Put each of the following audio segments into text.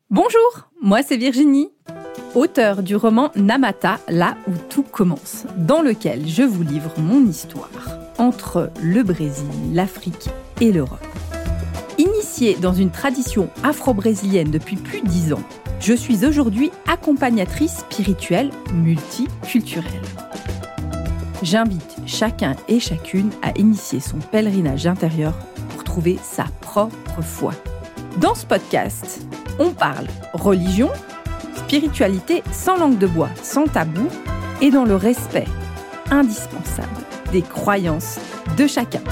Bonjour, moi c'est Virginie, auteure du roman Namata, là où tout commence, dans lequel je vous livre mon histoire entre le Brésil, l'Afrique et l'Europe. Initiée dans une tradition afro-brésilienne depuis plus de 10 ans, je suis aujourd'hui accompagnatrice spirituelle multiculturelle. J'invite chacun et chacune à initier son pèlerinage intérieur pour trouver sa propre foi. Dans ce podcast, on parle religion, spiritualité sans langue de bois, sans tabou et dans le respect indispensable des croyances de chacun.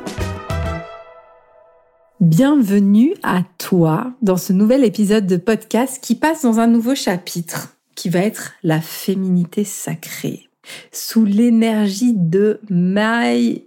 Bienvenue à toi dans ce nouvel épisode de podcast qui passe dans un nouveau chapitre qui va être la féminité sacrée. Sous l'énergie de Maï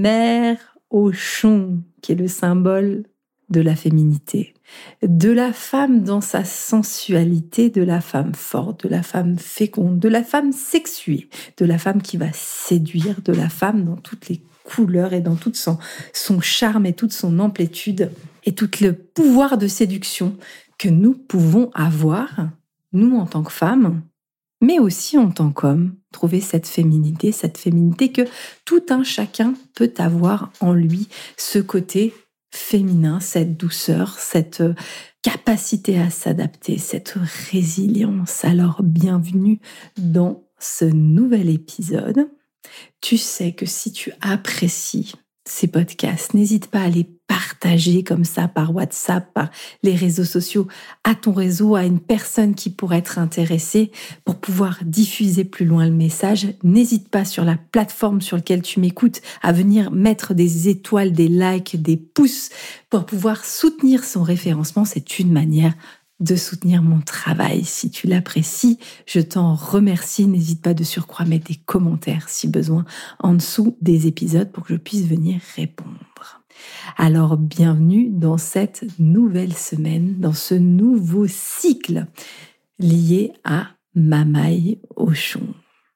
Mère Oshun, qui est le symbole de la féminité, de la femme dans sa sensualité, de la femme forte, de la femme féconde, de la femme sexuée, de la femme qui va séduire, de la femme dans toutes les couleurs et dans tout son charme et toute son amplitude et tout le pouvoir de séduction que nous pouvons avoir, nous en tant que femmes, mais aussi en tant qu'homme, trouver cette féminité que tout un chacun peut avoir en lui, ce côté féminin, cette douceur, cette capacité à s'adapter, cette résilience. Alors, bienvenue dans ce nouvel épisode. Tu sais que si tu apprécies ces podcasts, n'hésite pas à les partager comme ça par WhatsApp, par les réseaux sociaux, à ton réseau, à une personne qui pourrait être intéressée pour pouvoir diffuser plus loin le message. N'hésite pas sur la plateforme sur laquelle tu m'écoutes à venir mettre des étoiles, des likes, des pouces pour pouvoir soutenir son référencement. C'est une manière de soutenir mon travail. Si tu l'apprécies, je t'en remercie. N'hésite pas de surcroît à mettre des commentaires si besoin en dessous des épisodes pour que je puisse venir répondre. Alors, bienvenue dans cette nouvelle semaine, dans ce nouveau cycle lié à Mamaï Oshun.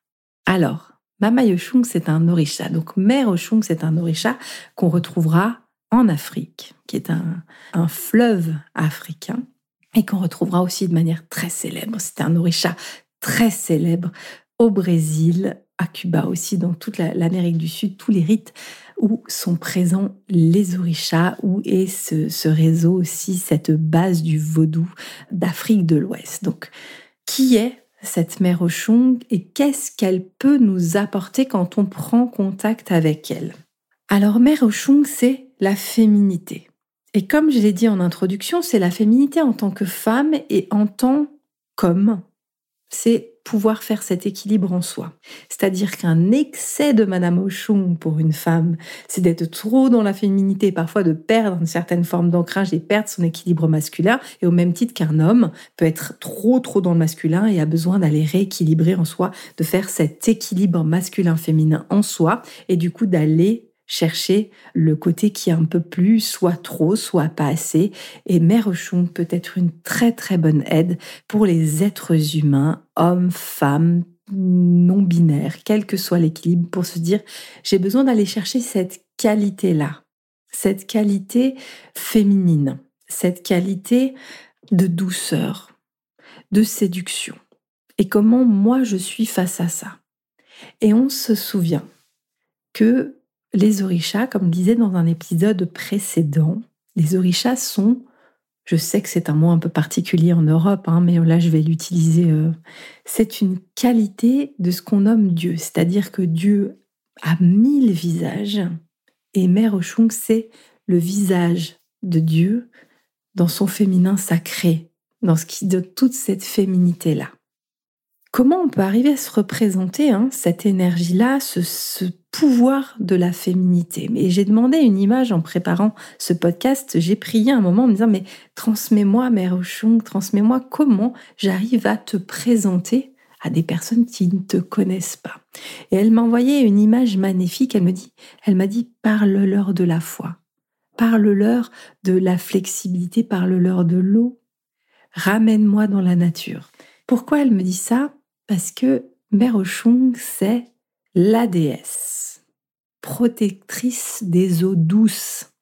Alors, Mamaï Oshun, c'est un orisha. Donc, Mère Oshun, c'est un orisha qu'on retrouvera en Afrique, qui est un fleuve africain, et qu'on retrouvera aussi de manière très célèbre. C'est un orisha très célèbre au Brésil, à Cuba aussi, dans toute l'Amérique du Sud, tous les rites où sont présents les orishas, où est ce réseau aussi, cette base du vaudou d'Afrique de l'Ouest. Donc, qui est cette Mère Oshun et qu'est-ce qu'elle peut nous apporter quand on prend contact avec elle? Alors, Mère Oshun, c'est la féminité. Et comme je l'ai dit en introduction, c'est la féminité en tant que femme et en tant qu'homme. C'est pouvoir faire cet équilibre en soi. C'est-à-dire qu'un excès de Madame Oshun pour une femme, c'est d'être trop dans la féminité, parfois de perdre une certaine forme d'ancrage et perdre son équilibre masculin. Et au même titre qu'un homme peut être trop dans le masculin et a besoin d'aller rééquilibrer en soi, de faire cet équilibre masculin-féminin en soi et du coup d'aller chercher le côté qui est un peu plus, soit trop, soit pas assez. Et Mère Oshun peut être une très très bonne aide pour les êtres humains, hommes, femmes, non-binaires, quel que soit l'équilibre, pour se dire j'ai besoin d'aller chercher cette qualité-là, cette qualité féminine, cette qualité de douceur, de séduction. Et comment moi je suis face à ça. Et on se souvient que les orishas, comme je disais dans un épisode précédent, les orishas sont, je sais que c'est un mot un peu particulier en Europe, mais là je vais l'utiliser, c'est une qualité de ce qu'on nomme Dieu, c'est-à-dire que Dieu a 1000 visages et Mère Oshun, c'est le visage de Dieu dans son féminin sacré, dans ce qui donne toute cette féminité-là. Comment on peut arriver à se représenter cette énergie-là, ce pouvoir de la féminité? Mais j'ai demandé une image en préparant ce podcast. J'ai prié un moment en me disant « Mais transmets-moi, Mère Oshun, transmets-moi comment j'arrive à te présenter à des personnes qui ne te connaissent pas. » Et elle m'a envoyé une image magnifique. Elle m'a dit « Parle-leur de la foi, parle-leur de la flexibilité, parle-leur de l'eau, ramène-moi dans la nature. » Pourquoi elle me dit ça? Parce que Mère Oshun, c'est la déesse, protectrice des eaux douces.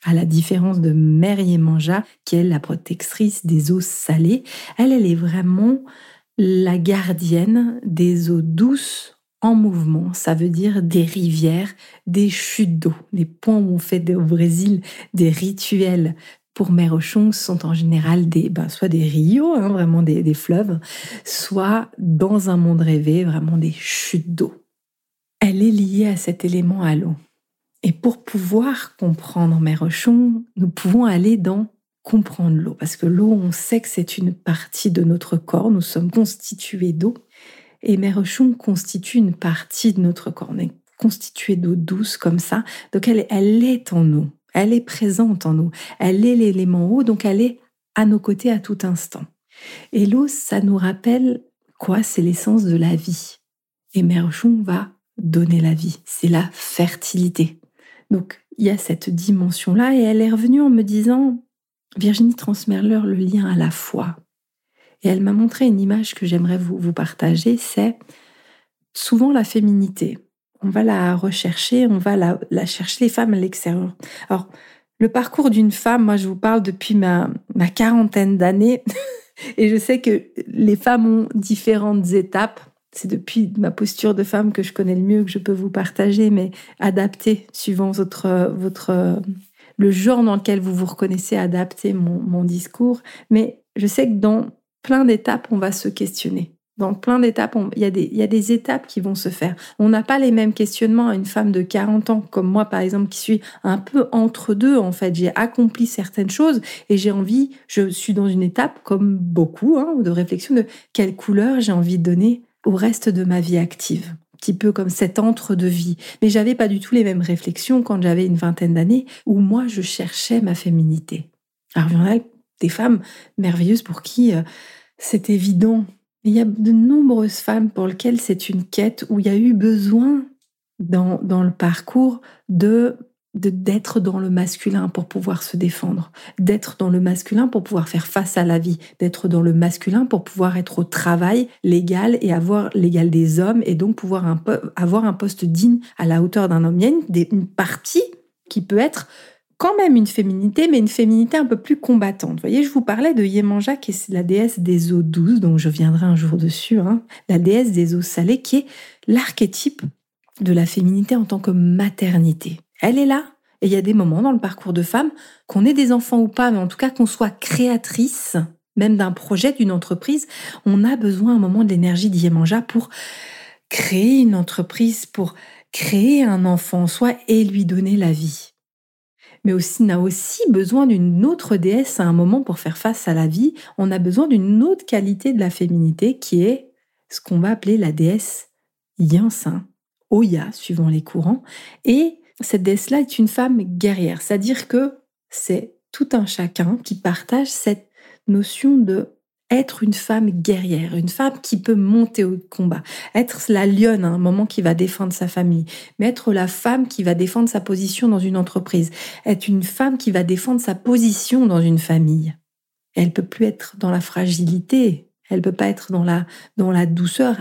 À la différence de Mère Yemanja, qui est la protectrice des eaux salées, elle est vraiment la gardienne des eaux douces en mouvement. Ça veut dire des rivières, des chutes d'eau, des points où on fait au Brésil des rituels. Pour Mère Ochon, ce sont en général soit des rios, vraiment des fleuves, soit dans un monde rêvé, vraiment des chutes d'eau. Elle est liée à cet élément à l'eau. Et pour pouvoir comprendre Mère Ochon, nous pouvons aller dans comprendre l'eau. Parce que l'eau, on sait que c'est une partie de notre corps. Nous sommes constitués d'eau. Et Mère Ochon constitue une partie de notre corps. On est constitué d'eau douce comme ça. Donc elle est en nous. Elle est présente en nous. Elle est l'élément eau. Donc elle est à nos côtés à tout instant. Et l'eau, ça nous rappelle quoi? C'est l'essence de la vie. Et Mère Ochon va donner la vie. C'est la fertilité. Donc, il y a cette dimension-là et elle est revenue en me disant « Virginie, transmets-leur le lien à la foi ». Et elle m'a montré une image que j'aimerais vous partager, c'est souvent la féminité. On va la rechercher, on va la chercher, les femmes à l'extérieur. Alors, le parcours d'une femme, moi je vous parle depuis ma quarantaine d'années et je sais que les femmes ont différentes étapes. C'est depuis ma posture de femme que je connais le mieux que je peux vous partager, mais adapter suivant le genre dans lequel vous vous reconnaissez, adapter mon discours. Mais je sais que dans plein d'étapes, on va se questionner. Dans plein d'étapes, il y a des étapes qui vont se faire. On n'a pas les mêmes questionnements à une femme de 40 ans, comme moi par exemple, qui suis un peu entre deux. En fait, j'ai accompli certaines choses et je suis dans une étape, comme beaucoup, de réflexion de quelle couleur j'ai envie de donner au reste de ma vie active, un petit peu comme cet entre-deux-vie. Mais j'avais pas du tout les mêmes réflexions quand j'avais une vingtaine d'années, où moi, je cherchais ma féminité. Alors, il y en a des femmes merveilleuses pour qui c'est évident. Mais il y a de nombreuses femmes pour lesquelles c'est une quête où il y a eu besoin, dans le parcours, d'être dans le masculin pour pouvoir se défendre, d'être dans le masculin pour pouvoir faire face à la vie, d'être dans le masculin pour pouvoir être au travail légal et avoir l'égal des hommes et donc pouvoir avoir un poste digne à la hauteur d'un homme. Il y a une partie qui peut être quand même une féminité, mais une féminité un peu plus combattante. Vous voyez, je vous parlais de Yemanja, qui est la déesse des eaux douces, donc je viendrai un jour dessus, la déesse des eaux salées, qui est l'archétype de la féminité en tant que maternité. Elle est là, et il y a des moments dans le parcours de femme, qu'on ait des enfants ou pas, mais en tout cas qu'on soit créatrice, même d'un projet, d'une entreprise, on a besoin à un moment de l'énergie d'Yemanja pour créer une entreprise, pour créer un enfant en soi et lui donner la vie. Mais on a aussi besoin d'une autre déesse à un moment pour faire face à la vie. On a besoin d'une autre qualité de la féminité qui est ce qu'on va appeler la déesse Yansin, Oya, suivant les courants. Et cette déesse-là est une femme guerrière, c'est-à-dire que c'est tout un chacun qui partage cette notion de être une femme guerrière, une femme qui peut monter au combat, être la lionne à un moment qui va défendre sa famille, mais être la femme qui va défendre sa position dans une entreprise, être une femme qui va défendre sa position dans une famille. Elle peut plus être dans la fragilité, elle peut pas être dans la douceur,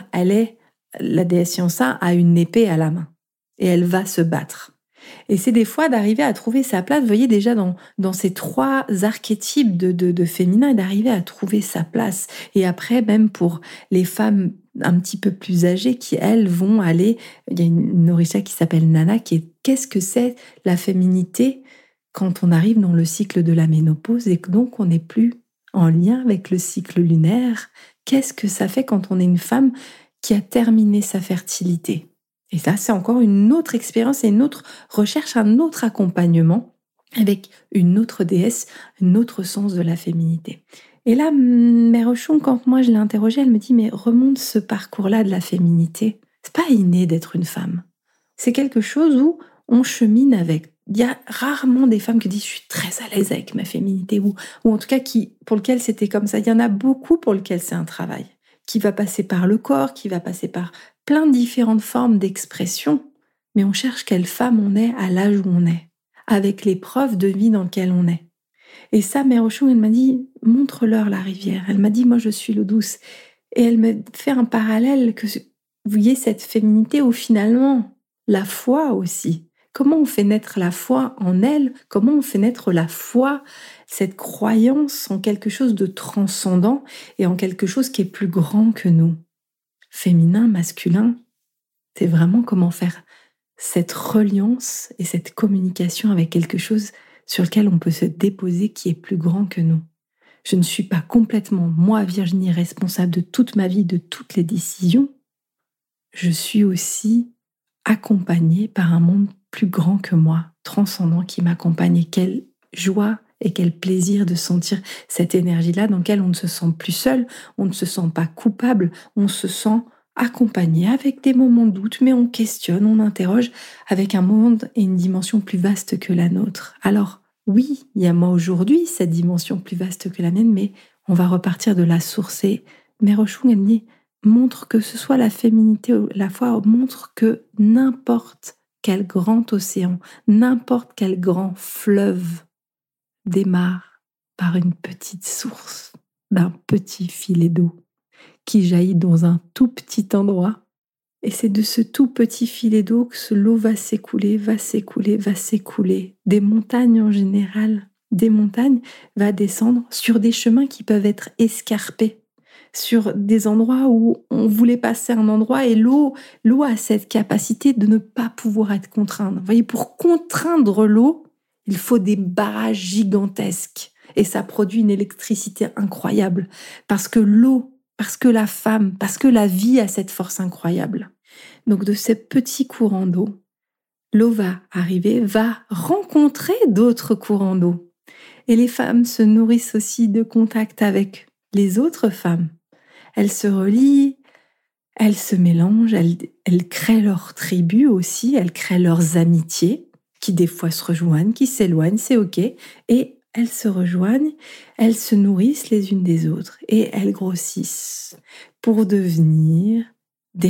la déesse Yansin a une épée à la main et elle va se battre. Et c'est des fois d'arriver à trouver sa place, vous voyez déjà dans ces trois archétypes de féminin, et d'arriver à trouver sa place. Et après, même pour les femmes un petit peu plus âgées qui, elles, vont aller... Il y a une orisha qui s'appelle Nana, qui est qu'est-ce que c'est la féminité quand on arrive dans le cycle de la ménopause et que donc on n'est plus en lien avec le cycle lunaire. Qu'est-ce que ça fait quand on est une femme qui a terminé sa fertilité ? Et ça, c'est encore une autre expérience et une autre recherche, un autre accompagnement avec une autre déesse, un autre sens de la féminité. Et là, Mère Ochon, quand moi je l'ai interrogée, elle me dit « Mais remonte ce parcours-là de la féminité. C'est pas inné d'être une femme. C'est quelque chose où on chemine avec. Il y a rarement des femmes qui disent « Je suis très à l'aise avec ma féminité » ou en tout cas pour lesquelles c'était comme ça. Il y en a beaucoup pour lesquelles c'est un travail qui va passer par le corps, qui va passer par plein de différentes formes d'expression, mais on cherche quelle femme on est à l'âge où on est, avec l'épreuve de vie dans laquelle on est. Et ça, Mère Ochon, elle m'a dit, montre-leur la rivière. Elle m'a dit, moi je suis l'eau douce. Et elle m'a fait un parallèle que, vous voyez, cette féminité où finalement, la foi aussi, Comment on fait naître la foi en elle? Comment on fait naître la foi, cette croyance en quelque chose de transcendant et en quelque chose qui est plus grand que nous? Féminin, masculin, c'est vraiment comment faire cette reliance et cette communication avec quelque chose sur lequel on peut se déposer qui est plus grand que nous. Je ne suis pas complètement, moi, Virginie, responsable de toute ma vie, de toutes les décisions. Je suis aussi accompagnée par un monde plus grand que moi, transcendant, qui m'accompagne. Et quelle joie et quel plaisir de sentir cette énergie-là dans laquelle on ne se sent plus seul, on ne se sent pas coupable, on se sent accompagné avec des moments de doute, mais on questionne, on interroge avec un monde et une dimension plus vaste que la nôtre. Alors, oui, il y a moi aujourd'hui cette dimension plus vaste que la mienne, mais on va repartir de la source. Et Mère Oshun, elle me dit, montre que ce soit la féminité ou la foi, montre que n'importe quel grand océan, n'importe quel grand fleuve démarre par une petite source, d'un petit filet d'eau qui jaillit dans un tout petit endroit. Et c'est de ce tout petit filet d'eau que l'eau va s'écouler, va s'écouler, va s'écouler. Des montagnes en général, des montagnes va descendre sur des chemins qui peuvent être escarpés, sur des endroits où on voulait passer un endroit et l'eau a cette capacité de ne pas pouvoir être contrainte. Vous voyez, pour contraindre l'eau, il faut des barrages gigantesques et ça produit une électricité incroyable parce que l'eau, parce que la femme, parce que la vie a cette force incroyable. Donc de ces petits courants d'eau, l'eau va arriver, va rencontrer d'autres courants d'eau. Et les femmes se nourrissent aussi de contact avec les autres femmes. Elles se relient, elles se mélangent, elles créent leurs tribus aussi, elles créent leurs amitiés, qui des fois se rejoignent, qui s'éloignent, c'est ok. Et elles se rejoignent, elles se nourrissent les unes des autres et elles grossissent pour devenir des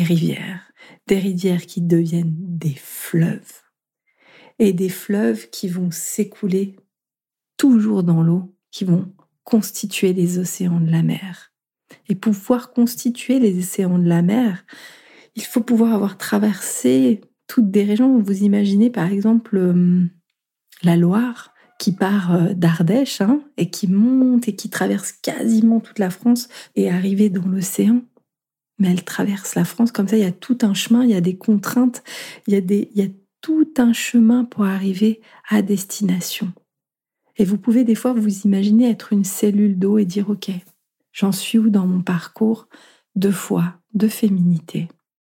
rivières qui deviennent des fleuves et des fleuves qui vont s'écouler toujours dans l'eau, qui vont constituer les océans de la mer. Et pour pouvoir constituer les océans de la mer, il faut pouvoir avoir traversé toutes des régions. Vous imaginez par exemple la Loire, qui part d'Ardèche et qui monte et qui traverse quasiment toute la France et arriver dans l'océan. Mais elle traverse la France comme ça, il y a tout un chemin, il y a des contraintes, il y a tout un chemin pour arriver à destination. Et vous pouvez des fois vous imaginer être une cellule d'eau et dire « Ok, j'en suis où dans mon parcours de foi, de féminité ?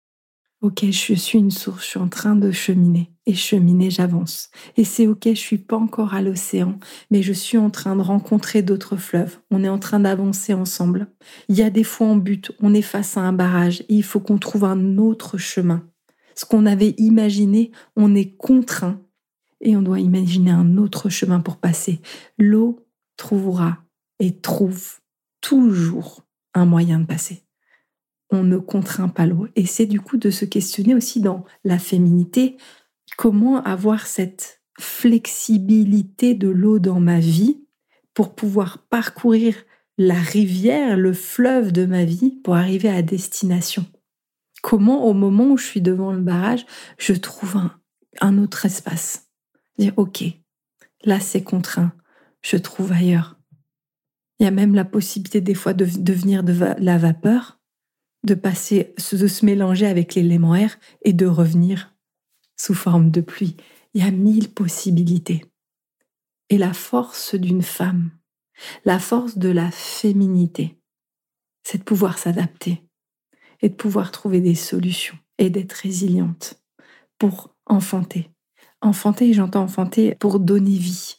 Ok, je suis une source, je suis en train de cheminer. Et cheminer, j'avance. Et c'est ok, je suis pas encore à l'océan, mais je suis en train de rencontrer d'autres fleuves. On est en train d'avancer ensemble. Il y a des fois en but, on est face à un barrage et il faut qu'on trouve un autre chemin. Ce qu'on avait imaginé, on est contraint et on doit imaginer un autre chemin pour passer. L'eau trouvera et trouve toujours un moyen de passer. On ne contraint pas l'eau. Et c'est du coup de se questionner aussi dans la féminité, comment avoir cette flexibilité de l'eau dans ma vie pour pouvoir parcourir la rivière, le fleuve de ma vie pour arriver à destination. Comment, au moment où je suis devant le barrage, je trouve un autre espace. Dire, ok, là c'est contraint, je trouve ailleurs. Il y a même la possibilité des fois de devenir de la vapeur, de se mélanger avec l'élément air et de revenir sous forme de pluie. Il y a 1000 possibilités. Et la force d'une femme, la force de la féminité, c'est de pouvoir s'adapter et de pouvoir trouver des solutions et d'être résiliente pour enfanter. Enfanter, j'entends enfanter pour donner vie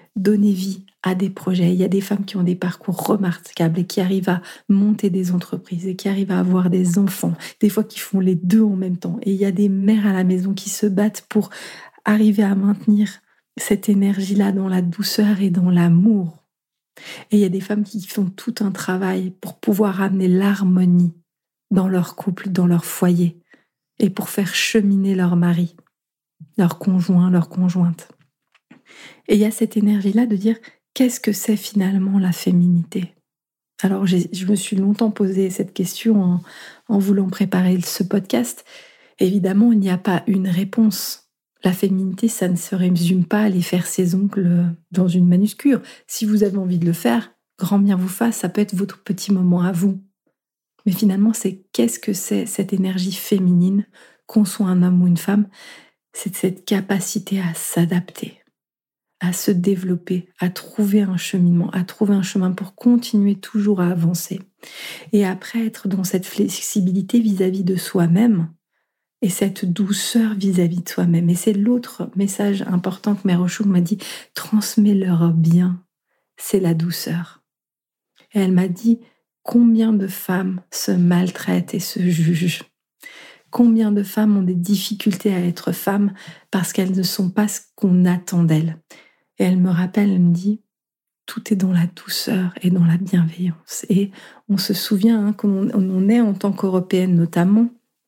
à des projets. Il y a des femmes qui ont des parcours remarquables et qui arrivent à monter des entreprises et qui arrivent à avoir des enfants, des fois qui font les deux en même temps. Et il y a des mères à la maison qui se battent pour arriver à maintenir cette énergie-là dans la douceur et dans l'amour. Et il y a des femmes qui font tout un travail pour pouvoir amener l'harmonie dans leur couple, dans leur foyer, et pour faire cheminer leur mari, leur conjoint, leur conjointe. Et il y a cette énergie-là de dire, qu'est-ce que c'est finalement la féminité ? Alors, je me suis longtemps posé cette question en voulant préparer ce podcast. Évidemment, il n'y a pas une réponse. La féminité, ça ne se résume pas à aller faire ses ongles dans une manuscure. Si vous avez envie de le faire, grand bien vous fasse, ça peut être votre petit moment à vous. Mais finalement, qu'est-ce que c'est cette énergie féminine, qu'on soit un homme ou une femme? C'est cette capacité à s'adapter, à se développer, à trouver un cheminement, à trouver un chemin pour continuer toujours à avancer. Et après, être dans cette flexibilité vis-à-vis de soi-même et cette douceur vis-à-vis de soi-même. Et c'est l'autre message important que Mère Oshun m'a dit, transmets-leur bien, c'est la douceur. Et elle m'a dit, combien de femmes se maltraitent et se jugent? Combien de femmes ont des difficultés à être femmes parce qu'elles ne sont pas ce qu'on attend d'elles? Et elle me rappelle, elle me dit, tout est dans la douceur et dans la bienveillance. Et on se souvient qu'on est en tant qu'Européenne notamment,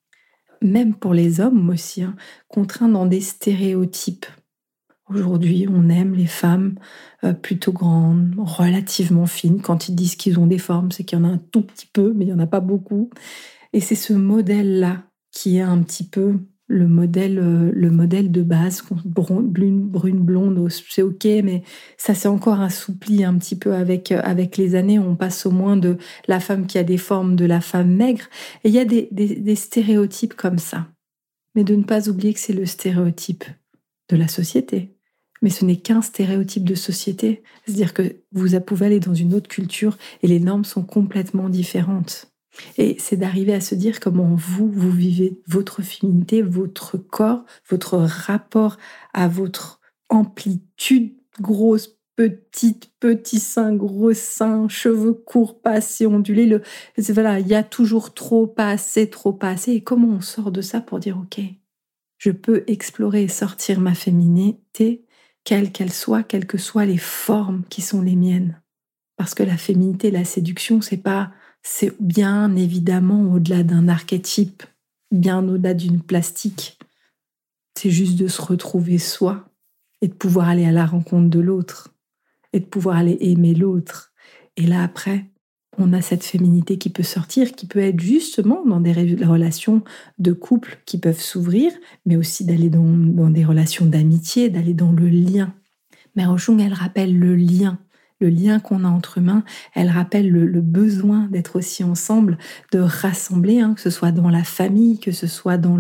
même pour les hommes aussi, contraints dans des stéréotypes. Aujourd'hui, on aime les femmes plutôt grandes, relativement fines. Quand ils disent qu'ils ont des formes, c'est qu'il y en a un tout petit peu, mais il n'y en a pas beaucoup. Et c'est ce modèle-là qui est un petit peu le modèle de base. Brune, blonde, c'est ok, mais ça s'est encore assoupli un petit peu avec les années. On passe au moins de la femme qui a des formes de la femme maigre. Et il y a des stéréotypes comme ça. Mais de ne pas oublier que c'est le stéréotype de la société. Mais ce n'est qu'un stéréotype de société. C'est-à-dire que vous pouvez aller dans une autre culture et les normes sont complètement différentes. Et c'est d'arriver à se dire comment vous vivez votre féminité, votre corps, votre rapport à votre amplitude, grosse, petite, petit sein, gros sein, cheveux courts, pas assez ondulés. Voilà, il y a toujours trop, pas assez, trop, pas assez. Et comment on sort de ça pour dire, ok, je peux explorer et sortir ma féminité, quelle qu'elle soit, quelles que soient les formes qui sont les miennes. Parce que la féminité, la séduction, c'est bien évidemment au-delà d'un archétype, bien au-delà d'une plastique. C'est juste de se retrouver soi et de pouvoir aller à la rencontre de l'autre et de pouvoir aller aimer l'autre. Et là, après, on a cette féminité qui peut sortir, qui peut être justement dans des relations de couple qui peuvent s'ouvrir, mais aussi d'aller dans des relations d'amitié, d'aller dans le lien. Mère Oshun, elle rappelle le lien qu'on a entre humains, elle rappelle le besoin d'être aussi ensemble, de rassembler, que ce soit dans la famille, que ce soit dans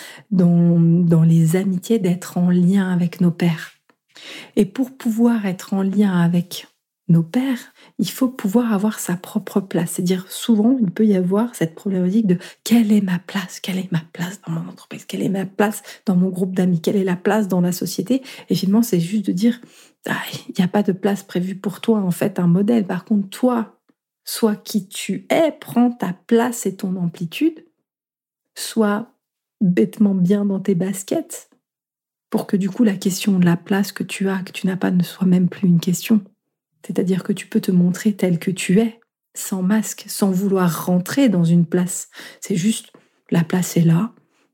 les amitiés, d'être en lien avec nos pères. Et pour pouvoir être en lien avec nos pères, il faut pouvoir avoir sa propre place. C'est-à-dire, souvent, il peut y avoir cette problématique de quelle est ma place? Quelle est ma place dans mon entreprise? Quelle est ma place dans mon groupe d'amis? Quelle est la place dans la société? Et finalement, c'est juste de dire, il n'y a pas de place prévue pour toi, en fait, un modèle. Par contre, toi, sois qui tu es, prends ta place et ton amplitude, sois bêtement bien dans tes baskets, pour que du coup, la question de la place que tu n'as pas, ne soit même plus une question. C'est-à-dire que tu peux te montrer tel que tu es, sans masque, sans vouloir rentrer dans une place. C'est juste, la place est là,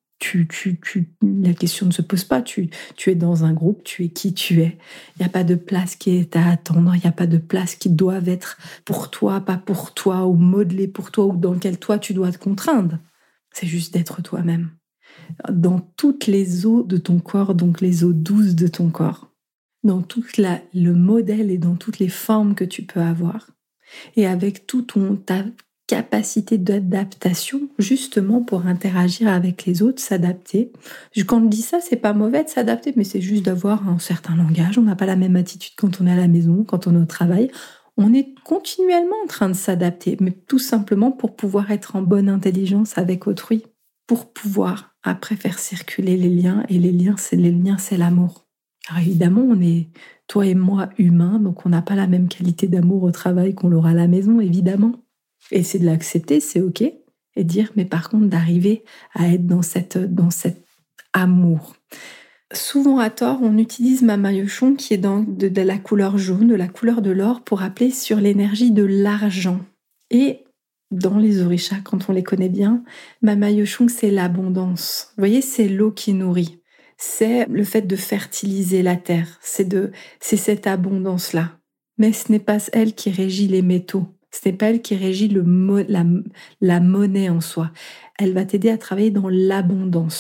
la question ne se pose pas, tu es dans un groupe, tu es qui tu es. Il n'y a pas de place qui est à attendre, il n'y a pas de place qui doivent être pour toi, pas pour toi, ou modelée pour toi, ou dans lequel toi tu dois te contraindre. C'est juste d'être toi-même. Dans toutes les eaux de ton corps, donc les eaux douces de ton corps, dans tout le modèle et dans toutes les formes que tu peux avoir, et avec ta capacité d'adaptation, justement pour interagir avec les autres, s'adapter. Quand je dis ça, c'est pas mauvais de s'adapter, mais c'est juste d'avoir un certain langage. On n'a pas la même attitude quand on est à la maison, quand on est au travail. On est continuellement en train de s'adapter, mais tout simplement pour pouvoir être en bonne intelligence avec autrui, pour pouvoir après faire circuler les liens, et les liens, c'est l'amour. Alors évidemment, on est, toi et moi, humains, donc on n'a pas la même qualité d'amour au travail qu'on l'aura à la maison, évidemment. Et c'est de l'accepter, c'est ok. Et dire, mais par contre, d'arriver à être dans cet amour. Souvent à tort, on utilise Mama Oshun qui est de la couleur jaune, de la couleur de l'or, pour appeler sur l'énergie de l'argent. Et dans les orishas, quand on les connaît bien, Mama Oshun, c'est l'abondance. Vous voyez, c'est l'eau qui nourrit. C'est le fait de fertiliser la terre. C'est cette abondance-là. Mais ce n'est pas elle qui régit les métaux. Ce n'est pas elle qui régit la monnaie en soi. Elle va t'aider à travailler dans l'abondance.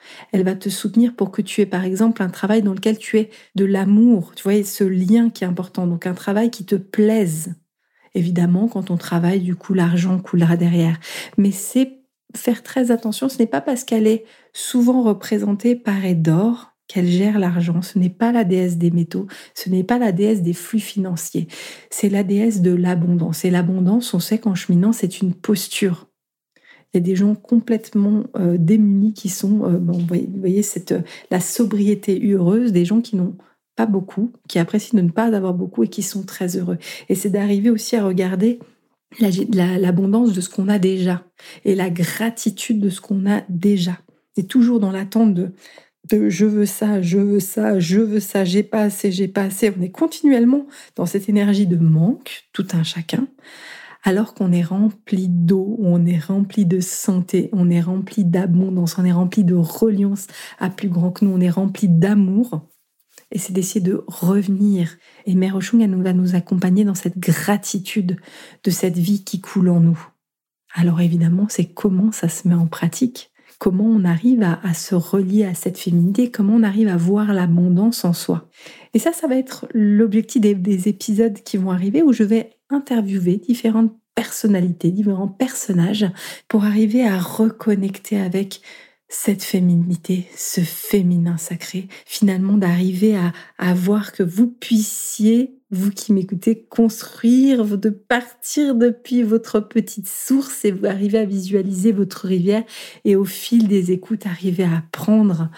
Elle va te soutenir pour que tu aies, par exemple, un travail dans lequel tu aies de l'amour. Tu vois, ce lien qui est important. Donc, un travail qui te plaise. Évidemment, quand on travaille, du coup, l'argent coulera derrière. Mais c'est faire très attention. Ce n'est pas parce qu'elle est souvent représentée par Hathor qu'elle gère l'argent. Ce n'est pas la déesse des métaux. Ce n'est pas la déesse des flux financiers. C'est la déesse de l'abondance. Et l'abondance, on sait qu'en cheminant, c'est une posture. Il y a des gens complètement démunis qui sont, vous voyez, la sobriété heureuse, des gens qui n'ont pas beaucoup, qui apprécient de ne pas avoir beaucoup et qui sont très heureux. Et c'est d'arriver aussi à regarder l'abondance de ce qu'on a déjà et la gratitude de ce qu'on a déjà. C'est toujours dans l'attente de je veux ça, je veux ça, je veux ça, j'ai pas assez, j'ai pas assez. On est continuellement dans cette énergie de manque, tout un chacun, alors qu'on est rempli d'eau, on est rempli de santé, on est rempli d'abondance, on est rempli de reliance à plus grand que nous, on est rempli d'amour. Et c'est d'essayer de revenir. Et Mère Oshun, elle va nous accompagner dans cette gratitude de cette vie qui coule en nous. Alors évidemment, c'est comment ça se met en pratique. Comment on arrive à se relier à cette féminité, comment on arrive à voir l'abondance en soi. Et ça va être l'objectif des épisodes qui vont arriver où je vais interviewer différentes personnalités, différents personnages pour arriver à reconnecter avec cette féminité, ce féminin sacré, finalement d'arriver à voir que vous puissiez, vous qui m'écoutez, construire, de partir depuis votre petite source et vous arriver à visualiser votre rivière et au fil des écoutes, arriver à prendre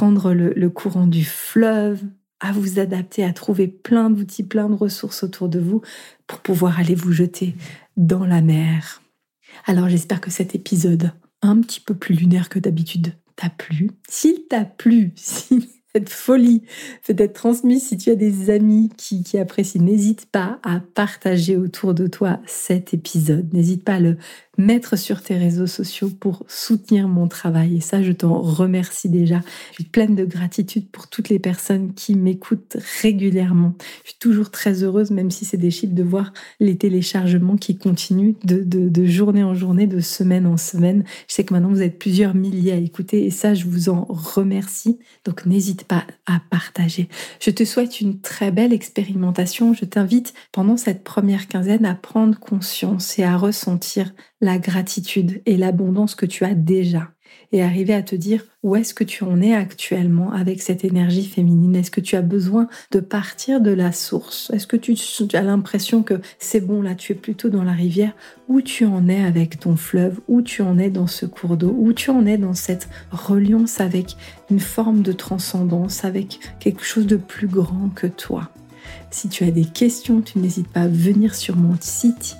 le courant du fleuve, à vous adapter, à trouver plein d'outils, plein de ressources autour de vous pour pouvoir aller vous jeter dans la mer. Alors j'espère que cet épisode un petit peu plus lunaire que d'habitude t'a plu. S'il t'a plu, si cette folie peut être transmise, si tu as des amis qui apprécient, n'hésite pas à partager autour de toi cet épisode. N'hésite pas à le mettre sur tes réseaux sociaux pour soutenir mon travail. Et ça, je t'en remercie déjà. Je suis pleine de gratitude pour toutes les personnes qui m'écoutent régulièrement. Je suis toujours très heureuse, même si c'est des chiffres, de voir les téléchargements qui continuent de journée en journée, de semaine en semaine. Je sais que maintenant, vous êtes plusieurs milliers à écouter et ça, je vous en remercie. Donc, n'hésite pas à partager. Je te souhaite une très belle expérimentation. Je t'invite pendant cette première quinzaine à prendre conscience et à ressentir la gratitude et l'abondance que tu as déjà et arriver à te dire où est-ce que tu en es actuellement avec cette énergie féminine. Est-ce que tu as besoin de partir de la source? Est-ce que tu as l'impression que c'est bon, là tu es plutôt dans la rivière? Où tu en es avec ton fleuve? Où tu en es dans ce cours d'eau? Où tu en es dans cette reliance avec une forme de transcendance, avec quelque chose de plus grand que toi? Si tu as des questions, tu n'hésites pas à venir sur mon site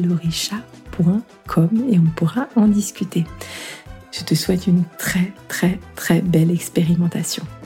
yalorisha.com et on pourra en discuter. Je te souhaite une très très très belle expérimentation.